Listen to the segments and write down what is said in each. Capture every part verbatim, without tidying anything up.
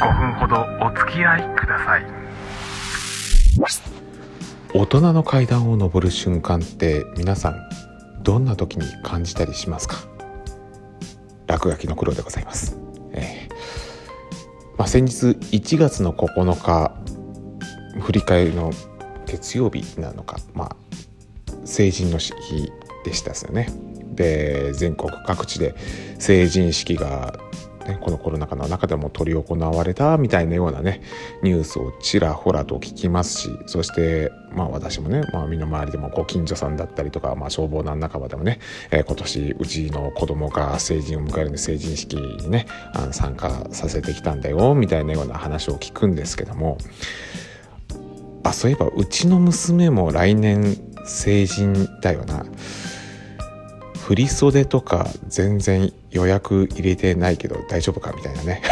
ごふんほどお付き合いください。 大人の階段を上る瞬間って皆さんどんな時に感じたりしますか？落書きの黒でございます。えーまあ、先日いちがつのここのか振り返りの月曜日なのか、まあ、成人の日でしたですよね。で、全国各地で成人式が、ね、このコロナ禍の中でも執り行われたみたいなようなねニュースをちらほらと聞きますし、そしてまあ私もね、まあ、身の回りでもご近所さんだったりとか、まあ、消防団仲間でもね、えー、今年うちの子供が成人を迎えるんで成人式にねあの参加させてきたんだよみたいなような話を聞くんですけども、あ、そういえばうちの娘も来年成人だよな。振り袖とか全然予約入れてないけど大丈夫かみたいなね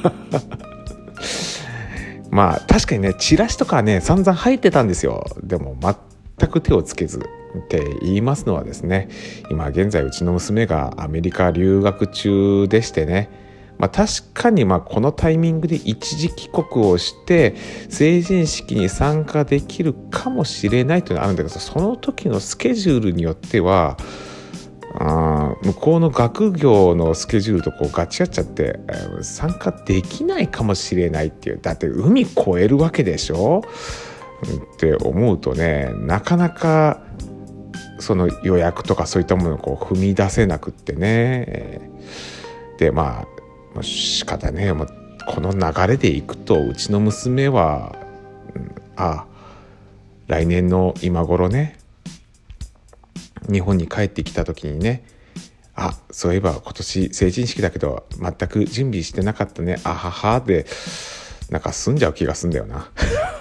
まあ確かにねチラシとかね散々入ってたんですよ。でも全く手をつけずって言いますのはですね、今現在うちの娘がアメリカ留学中でしてね、まあ、確かにまあこのタイミングで一時帰国をして成人式に参加できるかもしれないというのはあるんだけど、その時のスケジュールによってはあ向こうの学業のスケジュールとこうガチ合っちゃって、えー、参加できないかもしれないっていう。だって海越えるわけでしょって思うとね、なかなかその予約とかそういったものをこう踏み出せなくってね、えー、でまあもう仕方ねえ、もうこの流れでいくとうちの娘は、うん、あ来年の今頃ね日本に帰ってきた時にね、あ、そういえば今年成人式だけど全く準備してなかったね、あははでなんか済んじゃう気がすんだよな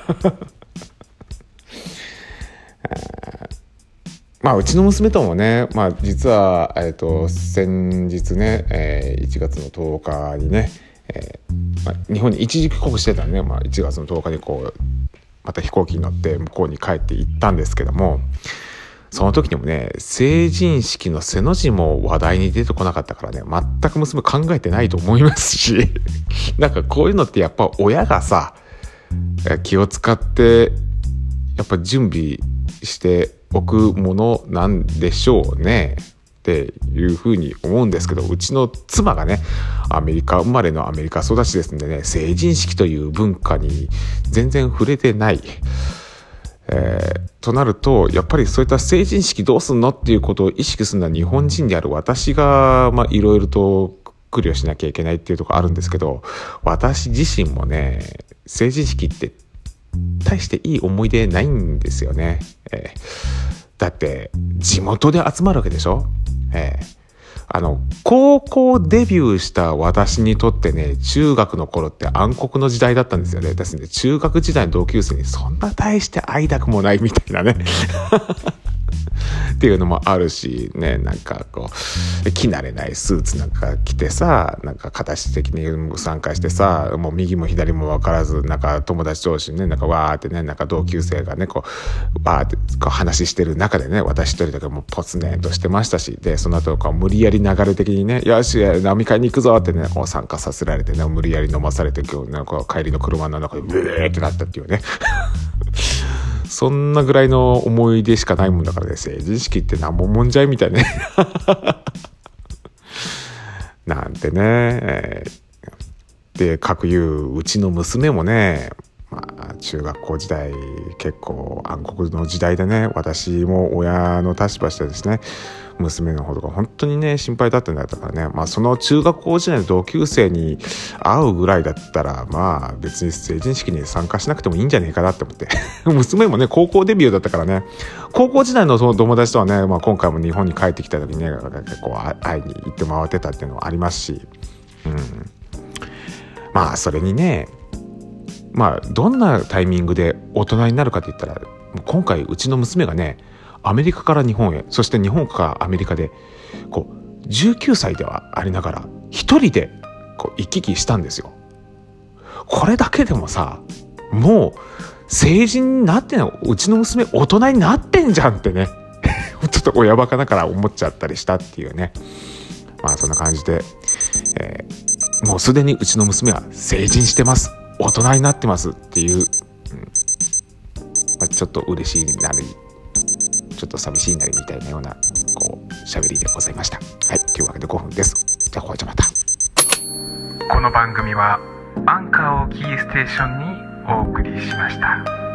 まあうちの娘ともね、まあ実は、えー、と先日ね、えー、いちがつのとおかにね、えーまあ、日本に一時帰国してたね、まあ、いちがつのとおかにこうまた飛行機に乗って向こうに帰って行ったんですけども、その時にもね成人式の背の字も話題に出てこなかったからね、全く娘考えてないと思いますしなんかこういうのってやっぱ親がさ気を使ってやっぱ準備しておくものなんでしょうねっていうふうに思うんですけど、うちの妻がねアメリカ生まれのアメリカ育ちですんでね、成人式という文化に全然触れてない、えー、となるとやっぱりそういった成人式どうすんのっていうことを意識するのは日本人である私がまあいろいろと苦慮しなきゃいけないっていうところあるんですけど、私自身もね成人式って大していい思い出ないんですよね、えー、だって地元で集まるわけでしょ、えーあの高校デビューした私にとってね中学の頃って暗黒の時代だったんですよね。ですので中学時代の同級生にそんな大して会いたくもないみたいなねっていうのもあるしね、なんかこう着慣れないスーツなんか着てさ、なんか形的に参加してさ、もう右も左も分からずなんか友達同士にねなんかわーってねなんか同級生がねこうわーってこう話してる中でね私一人だけもうポツネンとしてましたし、でその後こう無理やり流れ的にねよし飲み会に行くぞってねこう参加させられてね無理やり飲まされて今日ねこう帰りの車の中でブーってなったっていうねそんなぐらいの思い出しかないもんだからね、成人式ってなんももんじゃいみたいねなんてね、えー、で各いううちの娘もね、まあ、中学校時代結構暗黒の時代でね、私も親の立場してですね娘の方とか本当にね心配だったんだったからね、まあその中学校時代の同級生に会うぐらいだったらまあ別に成人式に参加しなくてもいいんじゃねえかなって思って娘もね高校デビューだったからね、高校時代のその友達とはね、まあ、今回も日本に帰ってきた時にね結構会いに行って回ってたっていうのはありますし、うん、まあそれにねまあどんなタイミングで大人になるかって言ったら、今回うちの娘がねアメリカから日本へ、そして日本からアメリカでこうじゅうきゅうさいではありながら一人でこう行き来したんですよ。これだけでもさもう成人になってんの、うちの娘大人になってんじゃんってねちょっと親バカだから思っちゃったりしたっていうね、まあそんな感じで、えー、 もうすでにうちの娘は成人してます、大人になってますっていう、うんまあ、ちょっと嬉しいなりちょっと寂しいなりみたいなようなこう喋りでございました。はい、というわけでごふんです。じゃあこれじゃまた。 この番組はアンカーをキーステーションにお送りしました。